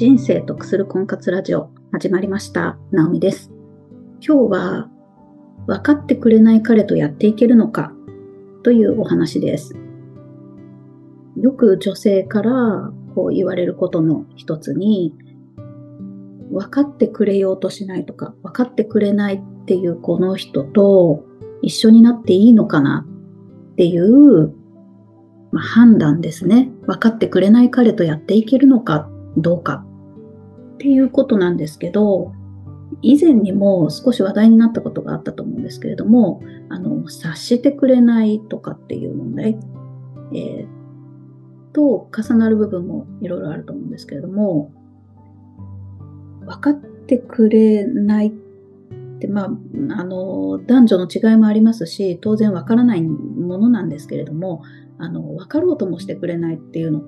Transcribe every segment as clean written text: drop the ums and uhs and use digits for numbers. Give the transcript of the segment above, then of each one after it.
人生得する婚活ラジオ始まりました。ナオミです。今日は分かってくれない彼とやっていけるのかというお話です。よく女性からこう言われることの一つに、分かってくれようとしないとか、分かってくれないっていうこの人と一緒になっていいのかなっていう、判断ですね。分かってくれない彼とやっていけるのかどうかっていうことなんですけど、以前にも少し話題になったことがあったと思うんですけれども、察してくれないとかっていう問題、と重なる部分もいろいろあると思うんですけれども、分かってくれないって、男女の違いもありますし、当然分からないものなんですけれども、分かろうともしてくれないっていうのって、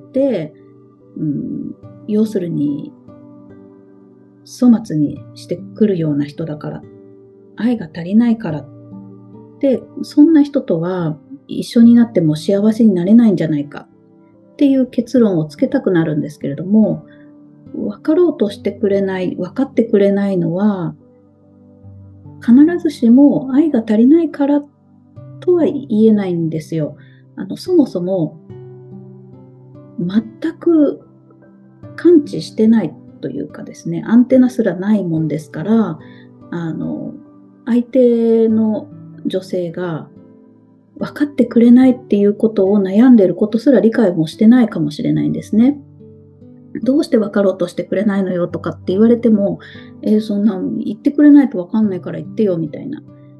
要するに粗末にしてくるような人だから、愛が足りないからで、そんな人とは一緒になっても幸せになれないんじゃないかっていう結論をつけたくなるんですけれども、分かろうとしてくれない、分かってくれないのは、必ずしも愛が足りないからとは言えないんですよ。そもそも全く感知してないというかですね、アンテナすらないもんですから、相手の女性が分かってくれないっていうことを悩んでいることすら理解もしてないかもしれないんですね。どうして分かろうとしてくれないのよとかって言われても、そんな言ってくれないと分かんないから言ってよみたいな。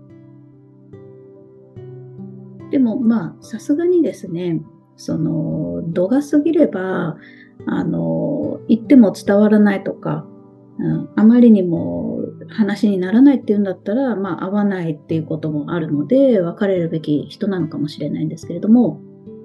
でもさすがにですね、度が過ぎれば、言っても伝わらないとか、あまりにも話にならないっていうんだったら、合わないっていうこともあるので、別れるべき人なのかもしれないんですけれども、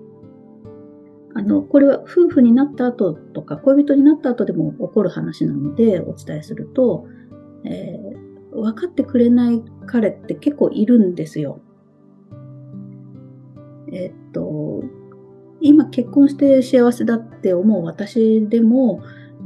これは夫婦になった後とか、恋人になった後でも起こる話なのでお伝えすると、分かってくれない彼って結構いるんですよ。今結婚して幸せだって思う私でも、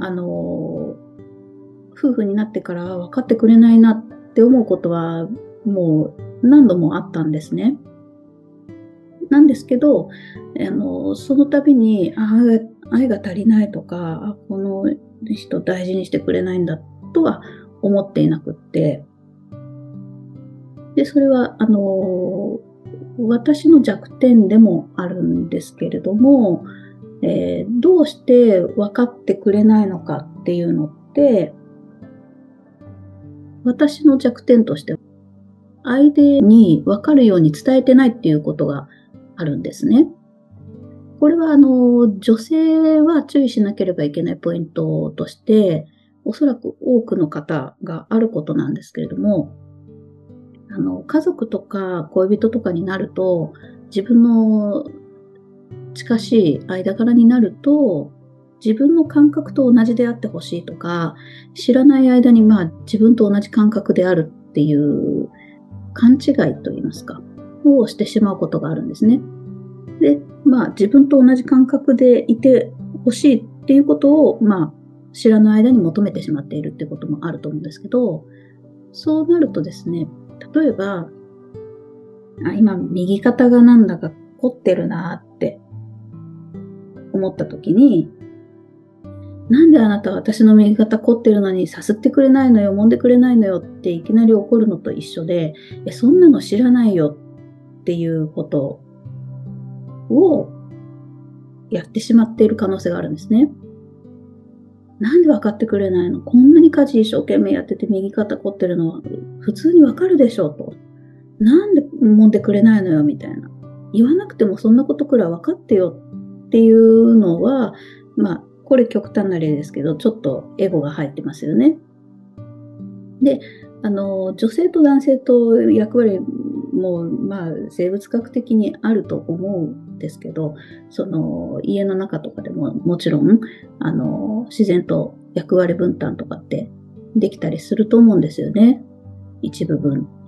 夫婦になってから分かってくれないなって思うことはもう何度もあったんですね。なんですけど、その度に愛が足りないとか、この人大事にしてくれないんだとは思っていなくって、でそれは私の弱点でもあるんですけれども、どうして分かってくれないのかっていうのって、私の弱点として相手に分かるように伝えてないっていうことがあるんですね。これは女性は注意しなければいけないポイントとして、おそらく多くの方があることなんですけれども、家族とか恋人とかになると、自分の近しい間柄になると、自分の感覚と同じであってほしいとか、知らない間に自分と同じ感覚であるっていう勘違いといいますか、をしてしまうことがあるんですね。で、自分と同じ感覚でいてほしいっていうことを、知らない間に求めてしまっているっていうこともあると思うんですけど、そうなるとですね、例えば、今右肩がなんだか凝ってるなって思った時に、なんであなたは私の右肩凝ってるのにさすってくれないのよ、揉んでくれないのよっていきなり怒るのと一緒で、そんなの知らないよっていうことをやってしまっている可能性があるんですね。なんで分かってくれないの？こんなに家事一生懸命やってて右肩凝ってるのは普通に分かるでしょと。なんで揉んでくれないのよみたいな。言わなくてもそんなことくらい分かってよっていうのは、これ極端な例ですけど、ちょっとエゴが入ってますよね。で、女性と男性と役割も、生物学的にあると思うんですけど、家の中とかでももちろん、自然と役割分担とかってできたりすると思うんですよね。一部分。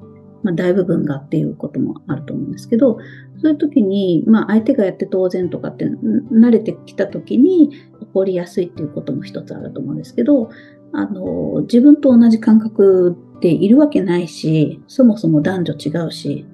大部分がっていうこともあると思うんですけど、そういう時に、相手がやって当然とかって慣れてきた時に起こりやすいっていうことも一つあると思うんですけど、自分と同じ感覚でいるわけないし、そもそも男女違うし、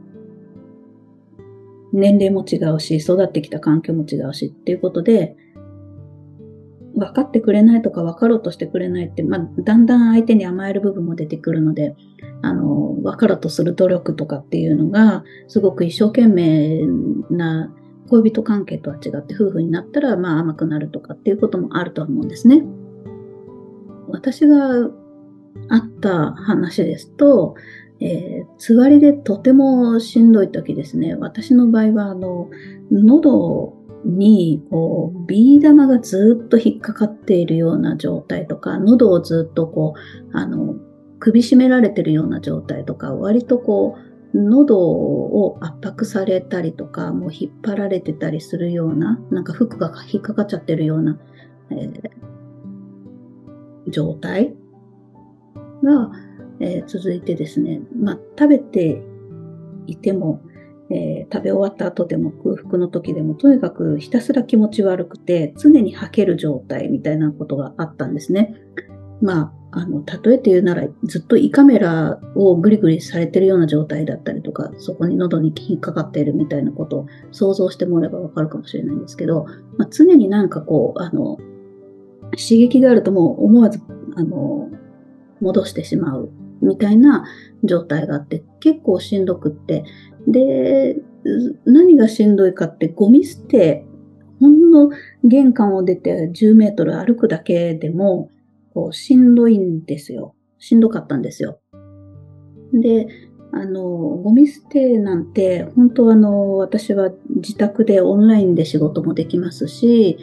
年齢も違うし、育ってきた環境も違うしっていうことで、分かってくれないとか分かろうとしてくれないって、だんだん相手に甘える部分も出てくるので、分かろうとする努力とかっていうのが、すごく一生懸命な恋人関係とは違って夫婦になったら、甘くなるとかっていうこともあるとは思うんですね。私があった話ですと、つわりでとてもしんどい時ですね。私の場合は、喉にビー玉がずっと引っかかっているような状態とか、喉をずっと首絞められているような状態とか、割と喉を圧迫されたりとか、もう引っ張られてたりするような、なんか服が引っかかっちゃってるような、状態が、続いてですね、食べていても、食べ終わった後でも空腹の時でも、とにかくひたすら気持ち悪くて、常に吐ける状態みたいなことがあったんですね。例えて言うなら、ずっと胃カメラをグリグリされてるような状態だったりとか、そこに喉に引っかかっているみたいなことを想像してもらえばわかるかもしれないんですけど、常になんか刺激があるともう思わず、戻してしまうみたいな状態があって、結構しんどくって、で、何がしんどいかってゴミ捨て、ほんの玄関を出て10メートル歩くだけでも、しんどいんですよ。しんどかったんですよ。で、ゴミ捨てなんて、本当私は自宅でオンラインで仕事もできますし、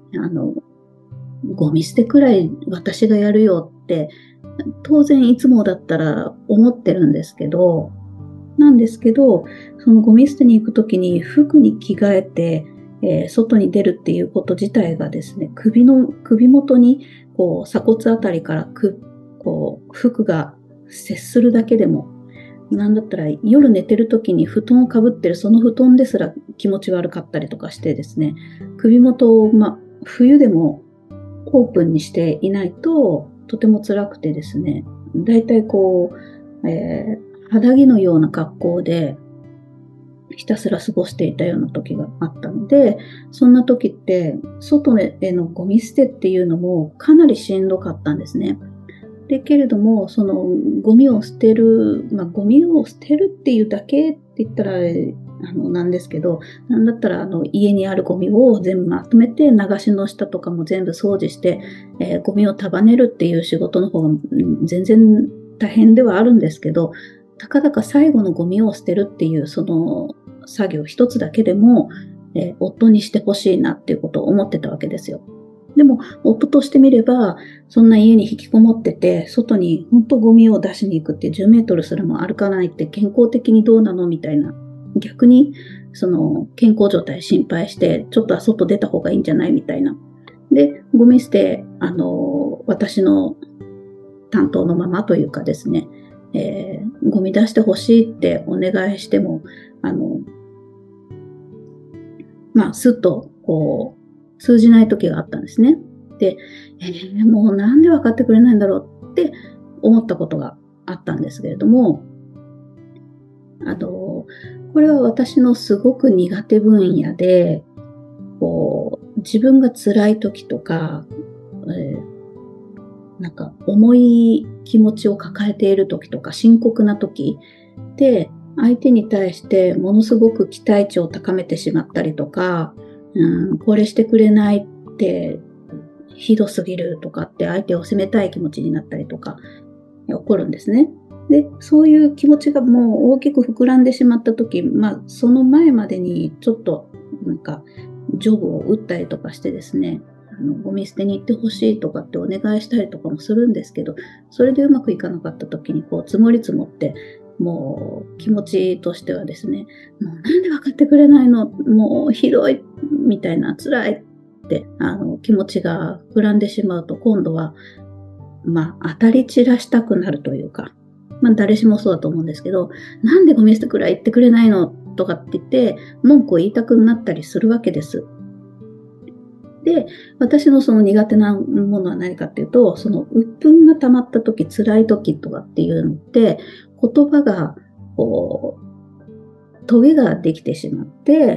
ゴミ捨てくらい私がやるよって、当然いつもだったら思ってるんですけど、そのゴミ捨てに行くときに服に着替えて、外に出るっていうこと自体がですね、首元に鎖骨あたりから服が接するだけでも、なんだったら夜寝てるときに布団をかぶってるその布団ですら気持ち悪かったりとかしてですね、首元を、冬でもオープンにしていないととても辛くてですね、だいたい肌着のような格好でひたすら過ごしていたような時があったので、そんな時って外へのゴミ捨てっていうのもかなりしんどかったんですね。で、けれども、そのゴミを捨てる、ゴミを捨てるっていうだけって言ったら、なんですけど、なんだったら家にあるゴミを全部まとめて、流しの下とかも全部掃除して、ゴミを束ねるっていう仕事の方が全然大変ではあるんですけど、たかだか最後のゴミを捨てるっていうその作業一つだけでも、夫にしてほしいなっていうことを思ってたわけですよ。でも、夫としてみれば、そんな家に引きこもってて、外に本当ゴミを出しに行くって10メートルすらも歩かないって健康的にどうなのみたいな。逆に、その健康状態心配して、ちょっとは外出た方がいいんじゃないみたいな。で、ゴミ捨て、私の担当のままというかですね、ゴミ出してほしいってお願いしても、すっと通じない時があったんですね。で、もうなんで分かってくれないんだろうって思ったことがあったんですけれども、これは私のすごく苦手分野で、自分が辛い時とか、なんか重い気持ちを抱えている時とか、深刻な時で、相手に対してものすごく期待値を高めてしまったりとか、これしてくれないってひどすぎるとかって相手を責めたい気持ちになったりとか起こるんですね。で、そういう気持ちがもう大きく膨らんでしまった時、その前までにちょっとなんかジョブを打ったりとかしてですね、ゴミ捨てに行ってほしいとかってお願いしたりとかもするんですけど、それでうまくいかなかった時に積もり積もって、もう気持ちとしてはですね、もうなんで分かってくれないの、もうひどいみたいな、辛いって気持ちが膨らんでしまうと、今度は当たり散らしたくなるというか、 まあ誰しもそうだと思うんですけど、なんでゴミ捨てくらい言ってくれないのとかって言って文句を言いたくなったりするわけです。で、私のその苦手なものは何かっていうと、その鬱憤が溜まった時、辛い時とかっていうのって、言葉がこう、トゲができてしまって、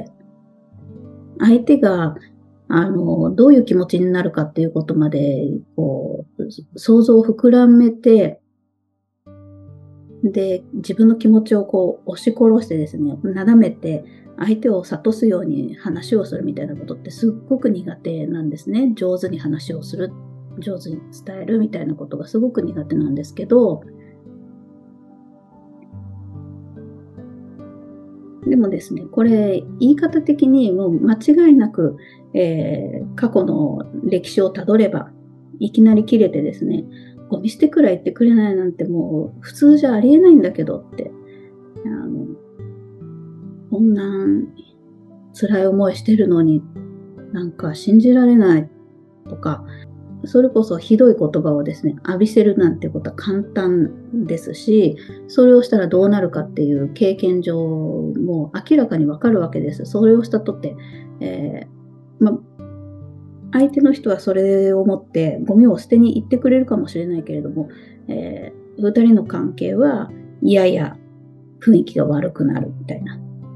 相手がどういう気持ちになるかっていうことまで、こう、想像を膨らめて、で、自分の気持ちをこう、押し殺してですね、なだめて、相手を諭すように話をするみたいなことってすっごく苦手なんですね。上手に話をする、上手に伝えるみたいなことがすごく苦手なんですけど、でもですね、これ、言い方的にもう間違いなく、過去の歴史をたどれば、いきなり切れてですね、ゴミ捨てくらい言ってくれないなんてもう普通じゃありえないんだけどって、こんな辛い思いしてるのになんか信じられないとか、それこそひどい言葉をですね、浴びせるなんてことは簡単ですし、それをしたらどうなるかっていう経験上も明らかにわかるわけです。それをしたとって、相手の人はそれを持ってゴミを捨てに行ってくれるかもしれないけれども、二人の関係はやや雰囲気が悪くなるみたいな。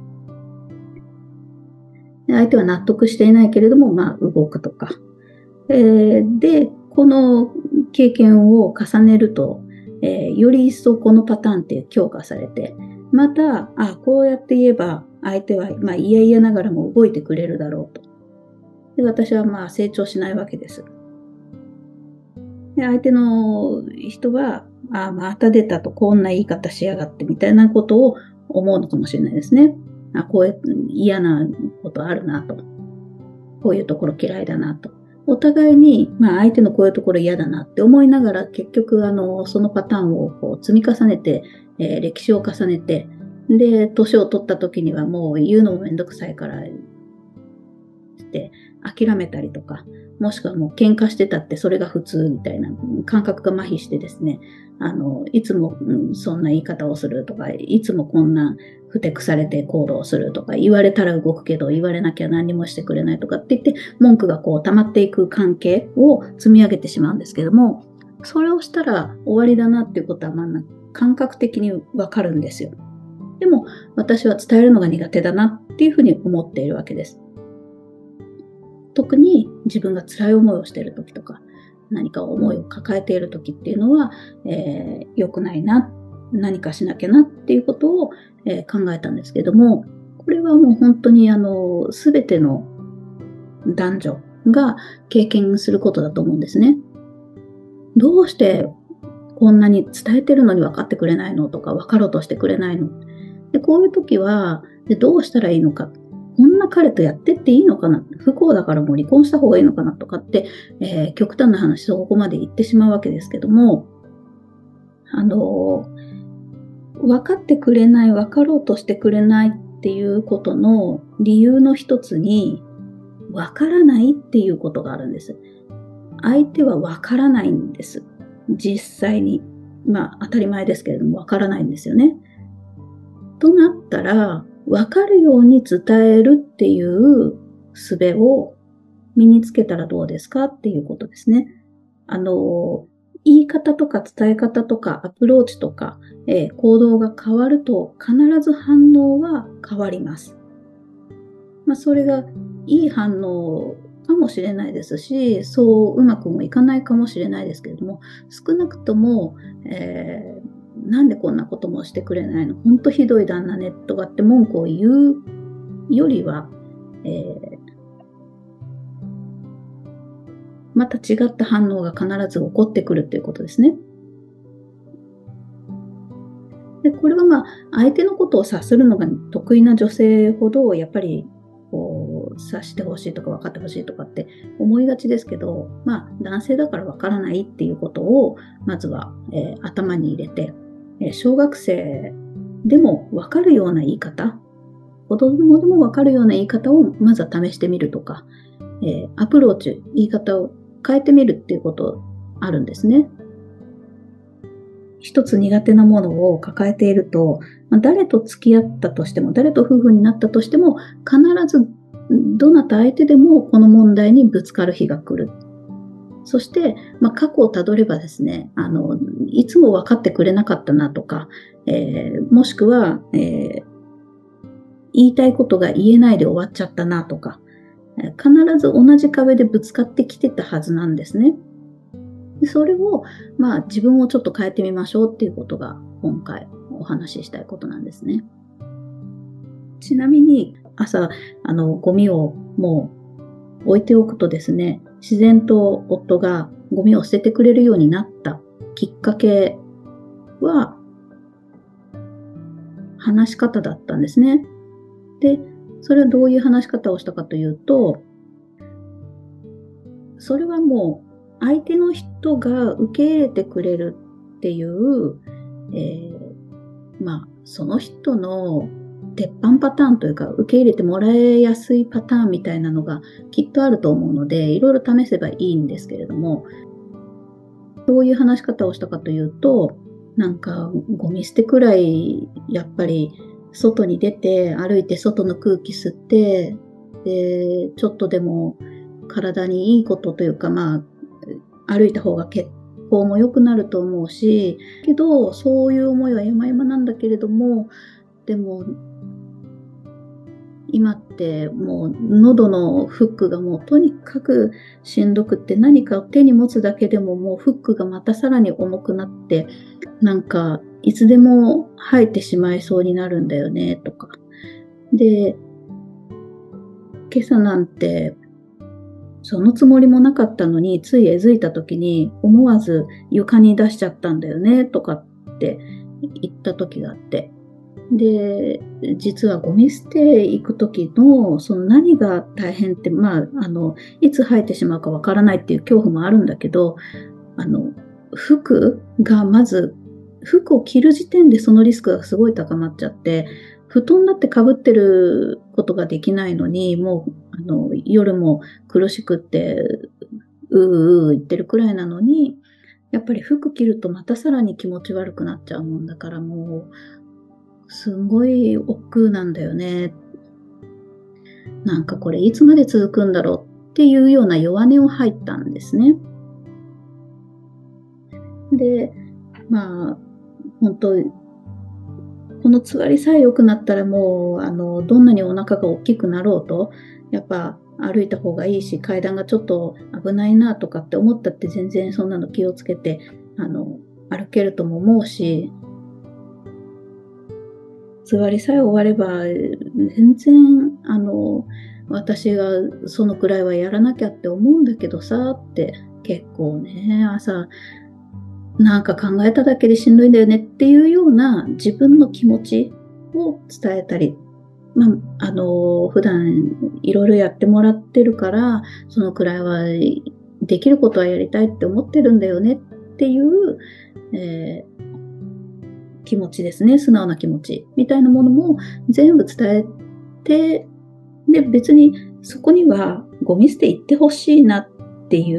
で相手は納得していないけれども、動くとか。で、この経験を重ねると、より一層このパターンって強化されて、また、こうやって言えば相手は、嫌々ながらも動いてくれるだろうと。で、私は成長しないわけです。で、相手の人は、また出たと、こんな言い方しやがってみたいなことを思うのかもしれないですね。こういう嫌なことあるなと。こういうところ嫌いだなと。お互いに、相手のこういうところ嫌だなって思いながら、結局、そのパターンをこう積み重ねて、歴史を重ねて、で、年を取った時にはもう言うのもめんどくさいから、して諦めたりとか、もしくはもう喧嘩してたってそれが普通みたいな感覚が麻痺してですね、いつも、そんな言い方をするとか、いつもこんなふてくされて行動するとか、言われたら動くけど言われなきゃ何もしてくれないとかって言って、文句がこう溜まっていく関係を積み上げてしまうんですけども、それをしたら終わりだなっていうことは感覚的にわかるんですよ。でも私は伝えるのが苦手だなっていうふうに思っているわけです。特に自分が辛い思いをしている時とか、何か思いを抱えている時っていうのは、良くないな、何かしなきゃなっていうことを、考えたんですけども、これはもう本当にすべての男女が経験することだと思うんですね。どうしてこんなに伝えてるのに分かってくれないのとか、分かろうとしてくれないの。で、こういう時は、どうしたらいいのか。こんな彼とやってっていいのかな、不幸だからもう離婚した方がいいのかなとかって、極端な話、そこまで言ってしまうわけですけども、分かってくれない、分かろうとしてくれないっていうことの理由の一つに、分からないっていうことがあるんです。相手は分からないんです。実際に。当たり前ですけれども、分からないんですよね。となったら、分かるように伝えるっていう術を身につけたらどうですかっていうことですね。言い方とか伝え方とかアプローチとか、行動が変わると必ず反応は変わります。それがいい反応かもしれないですし、そううまくもいかないかもしれないですけれども、少なくとも、なんでこんなこともしてくれないの、ほんとひどい旦那ねとかって文句を言うよりは、また違った反応が必ず起こってくるっていうことですね。で、これは相手のことを察するのが得意な女性ほど、やっぱり察してほしいとか分かってほしいとかって思いがちですけど、男性だから分からないっていうことをまずは、頭に入れて、小学生でも分かるような言い方、子供でも分かるような言い方をまずは試してみるとか、アプローチ、言い方を変えてみるっていうことあるんですね。 一つ苦手なものを抱えていると、誰と付き合ったとしても、誰と夫婦になったとしても、必ずどなた相手でもこの問題にぶつかる日が来る。そして、過去をたどればですね、いつも分かってくれなかったなとか、もしくは、言いたいことが言えないで終わっちゃったなとか、必ず同じ壁でぶつかってきてたはずなんですね。それを、自分をちょっと変えてみましょうっていうことが今回お話ししたいことなんですね。ちなみに朝、ゴミをもう置いておくとですね、自然と夫がゴミを捨ててくれるようになったきっかけは話し方だったんですね。で、それはどういう話し方をしたかというと、それはもう相手の人が受け入れてくれるっていう、その人の鉄板パターンというか、受け入れてもらいやすいパターンみたいなのがきっとあると思うので、いろいろ試せばいいんですけれども、どういう話し方をしたかというと、ゴミ捨てくらい、やっぱり外に出て、歩いて外の空気吸って、で、ちょっとでも体にいいことというか、歩いた方が血行も良くなると思うし、けど、そういう思いは山々なんだけれども、でも、今ってもう喉のフックがもうとにかくしんどくって、何かを手に持つだけでももうフックがまたさらに重くなって、いつでも吐いてしまいそうになるんだよね、とか。で、今朝なんて、そのつもりもなかったのに、ついえずいた時に思わず床に出しちゃったんだよね、とかって言った時があって。で、実はゴミ捨て行く時の、その何が大変って、いつ生えてしまうかわからないっていう恐怖もあるんだけど、服がまず、服を着る時点でそのリスクがすごい高まっちゃって、布団だって被ってることができないのに、もう、夜も苦しくって、言ってるくらいなのに、やっぱり服着るとまたさらに気持ち悪くなっちゃうもんだからもう、すんごい億劫なんだよね。これいつまで続くんだろうっていうような弱音を吐いたんですね。で、本当このつわりさえ良くなったらもう、どんなにお腹が大きくなろうと、やっぱ歩いた方がいいし、階段がちょっと危ないなとかって思ったって全然そんなの気をつけて、歩けるとも思うし、つわりさえ終われば、全然、私がそのくらいはやらなきゃって思うんだけどさ、って結構ね、朝、考えただけでしんどいんだよねっていうような自分の気持ちを伝えたり、普段いろいろやってもらってるから、そのくらいはできることはやりたいって思ってるんだよねっていう、気持ちですね。素直な気持ちみたいなものも全部伝えて、で、別にそこにはゴミ捨て行ってほしいなっていう、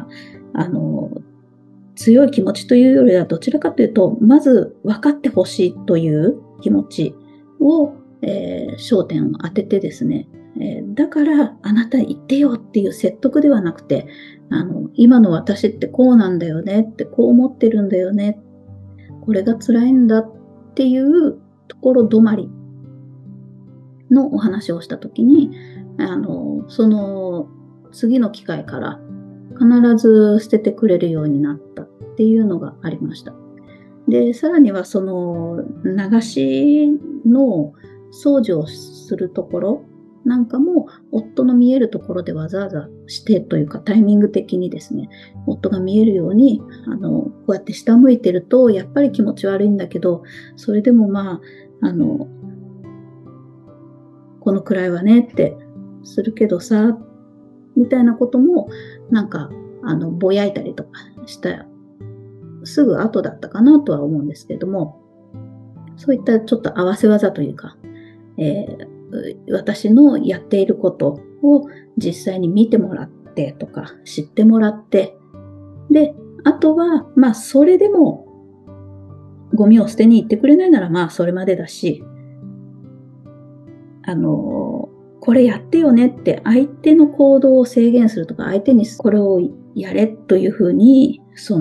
強い気持ちというよりはどちらかというと、まず分かってほしいという気持ちを、焦点を当ててですね、だからあなた言ってよっていう説得ではなくて、今の私ってこうなんだよねって、こう思ってるんだよね、これが辛いんだっていうところ止まりのお話をしたときに、その次の機会から必ず捨ててくれるようになったっていうのがありました。で、さらにはその流しの掃除をするところなんかも夫の見えるところでわざわざしてというかタイミング的にですね、夫が見えるようにこうやって下向いてるとやっぱり気持ち悪いんだけど、それでもこのくらいはねってするけどさ、みたいなこともぼやいたりとかしたすぐ後だったかなとは思うんですけども、そういったちょっと合わせ技というか、私のやっていることを実際に見てもらってとか知ってもらって、で、あとは、それでもゴミを捨てに行ってくれないならまあそれまでだし、これやってよねって相手の行動を制限するとか、相手にこれをやれというふうに、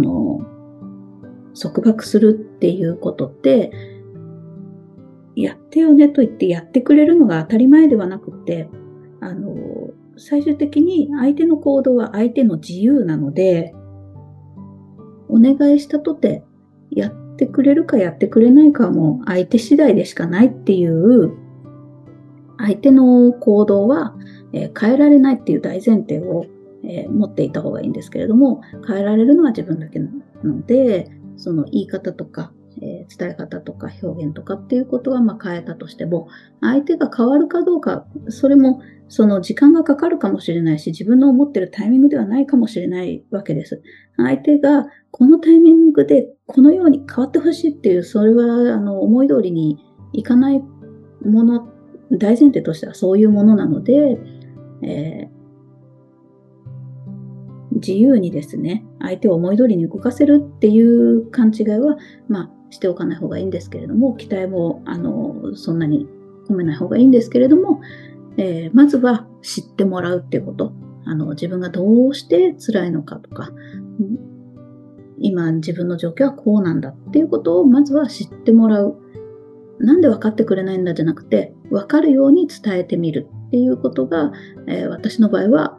束縛するっていうことって、やってよねと言ってやってくれるのが当たり前ではなくて、最終的に相手の行動は相手の自由なので、お願いしたとてやってくれるかやってくれないかはもう相手次第でしかないっていう、相手の行動は変えられないっていう大前提を持っていた方がいいんですけれども、変えられるのは自分だけなので、その言い方とか、伝え方とか表現とかっていうことは変えたとしても、相手が変わるかどうか、それもその時間がかかるかもしれないし、自分の思ってるタイミングではないかもしれないわけです。相手がこのタイミングでこのように変わってほしいっていう、それは思い通りにいかないもの、大前提としてはそういうものなので、自由にですね、相手を思い通りに動かせるっていう勘違いは、しておかない方がいいんですけれども、期待もそんなに込めない方がいいんですけれども、まずは知ってもらうっていうこと。自分がどうして辛いのかとか、今自分の状況はこうなんだっていうことをまずは知ってもらう。なんで分かってくれないんだじゃなくて、分かるように伝えてみるっていうことが、私の場合は、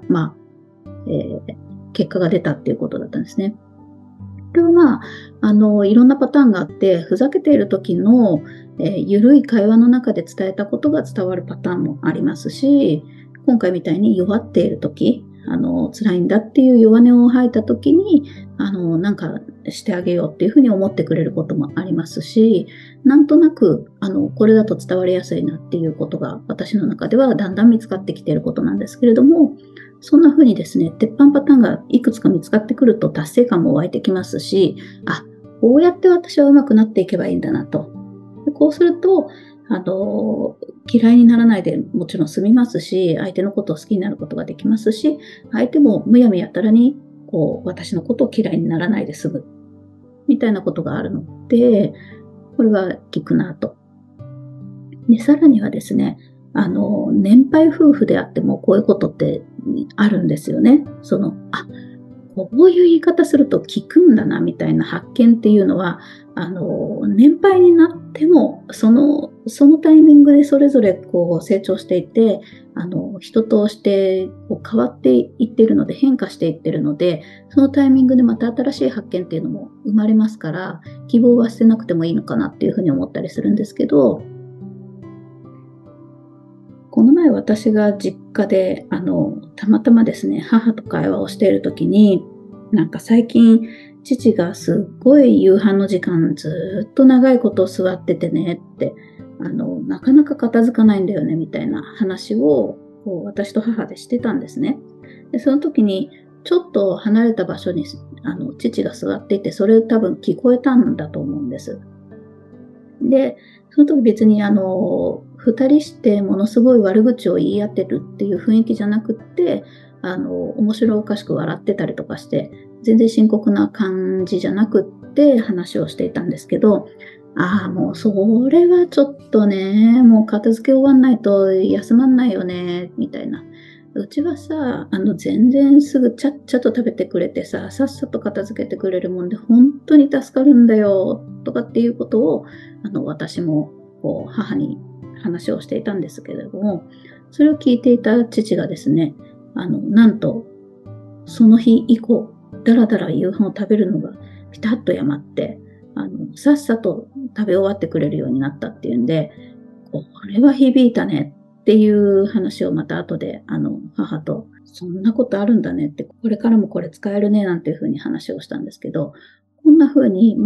結果が出たっていうことだったんですね。これはいろんなパターンがあって、ふざけている時の、緩い会話の中で伝えたことが伝わるパターンもありますし、今回みたいに弱っている時、辛いんだっていう弱音を吐いた時に、なんかしてあげようっていうふうに思ってくれることもありますし、なんとなく、これだと伝わりやすいなっていうことが私の中ではだんだん見つかってきていることなんですけれども、そんな風にですね、鉄板パターンがいくつか見つかってくると達成感も湧いてきますし、こうやって私は上手くなっていけばいいんだなと。でこうすると、嫌いにならないでもちろん済みますし、相手のことを好きになることができますし、相手もむやみやたらに私のことを嫌いにならないで済むみたいなことがあるので、これは効くなと。で、さらにはですね、年配夫婦であってもこういうことってあるんですよね。こういう言い方すると効くんだなみたいな発見っていうのは、年配になってもそのタイミングでそれぞれ成長していて、人として変わっていっているので、変化していっているので、そのタイミングでまた新しい発見っていうのも生まれますから、希望は捨てなくてもいいのかなっていうふうに思ったりするんですけど、この前私が実家で、たまたまですね、母と会話をしているときに、なんか最近、父がすっごい夕飯の時間ずっと長いこと座っててねって、なかなか片付かないんだよねみたいな話を私と母でしてたんですね。で、その時に、ちょっと離れた場所に父が座っていて、それ多分聞こえたんだと思うんです。で、その時別に二人してものすごい悪口を言い合ってるっていう雰囲気じゃなくって、面白おかしく笑ってたりとかして、全然深刻な感じじゃなくって話をしていたんですけど、もうそれはちょっとね、もう片付け終わんないと休まんないよね、みたいな。うちはさ、全然すぐちゃっちゃと食べてくれてさ、さっさと片付けてくれるもんで、本当に助かるんだよ、とかっていうことを、私も母に話をしていたんですけれども、それを聞いていた父がですね、なんと、その日以降、だらだら夕飯を食べるのがピタッとやまって、さっさと食べ終わってくれるようになったっていうんで、これは響いたねっていう話をまた後で、母と、そんなことあるんだねって、これからもこれ使えるねなんていうふうに話をしたんですけど、こんなふうに、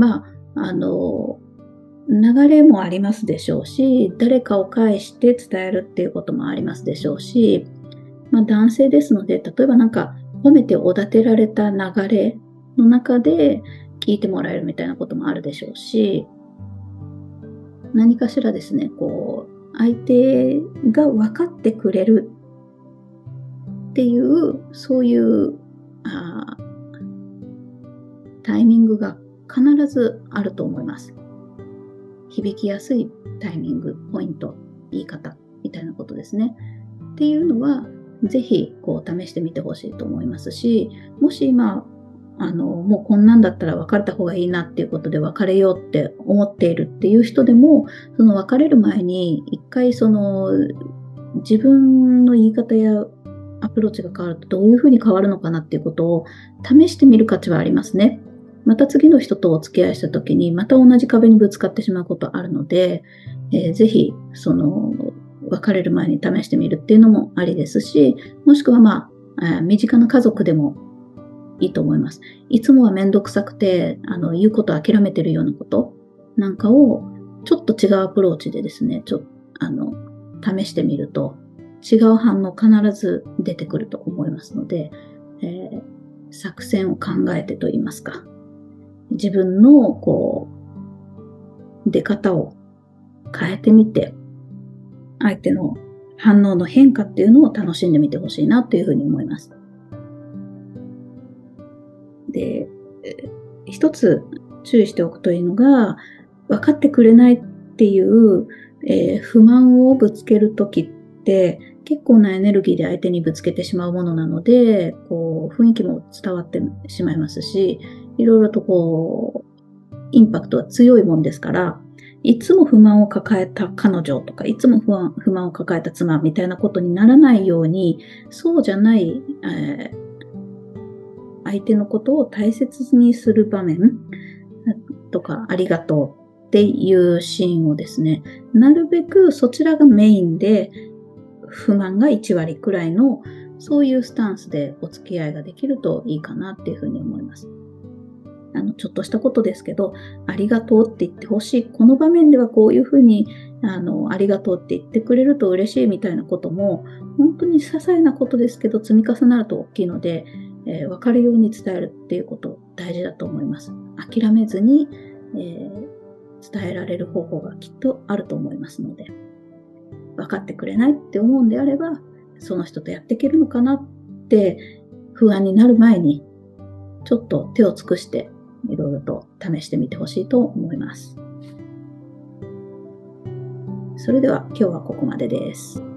流れもありますでしょうし、誰かを介して伝えるっていうこともありますでしょうし、男性ですので、例えばなんか褒めておだてられた流れの中で聞いてもらえるみたいなこともあるでしょうし、何かしらですね、相手が分かってくれるっていう、そういうタイミングが必ずあると思います。 響きやすいタイミング、ポイント、言い方みたいなことですね。っていうのは、ぜひ試してみてほしいと思いますし、もし今、もうこんなんだったら別れた方がいいなっていうことで別れようって思っているっていう人でも、その別れる前に一回自分の言い方やアプローチが変わるとどういうふうに変わるのかなっていうことを試してみる価値はありますね。また次の人とお付き合いした時にまた同じ壁にぶつかってしまうことあるので、ぜひ別れる前に試してみるっていうのもありですし、もしくは身近な家族でもいいと思います。いつもはめんどくさくて、言うことを諦めてるようなことなんかを、ちょっと違うアプローチでですね、試してみると、違う反応必ず出てくると思いますので、作戦を考えてと言いますか、自分の、出方を変えてみて、相手の反応の変化っていうのを楽しんでみてほしいなというふうに思います。で、一つ注意しておくというのが、分かってくれないっていう、不満をぶつけるときって結構なエネルギーで相手にぶつけてしまうものなので、雰囲気も伝わってしまいますし、いろいろとインパクトが強いもんですから、いつも不満を抱えた彼女とか、いつも不満を抱えた妻みたいなことにならないように、そうじゃない、相手のことを大切にする場面とか、ありがとうっていうシーンをですね、なるべくそちらがメインで、不満が1割くらいの、そういうスタンスでお付き合いができるといいかなっていうふうに思います。ちょっとしたことですけど、ありがとうって言ってほしい。この場面ではこういうふうに、ありがとうって言ってくれると嬉しいみたいなことも、本当に些細なことですけど、積み重なると大きいので、分かるように伝えるっていうこと大事だと思います。諦めずに、伝えられる方法がきっとあると思いますので、分かってくれないって思うんであれば、その人とやっていけるのかなって不安になる前に、ちょっと手を尽くしていろいろと試してみてほしいと思います。それでは今日はここまでです。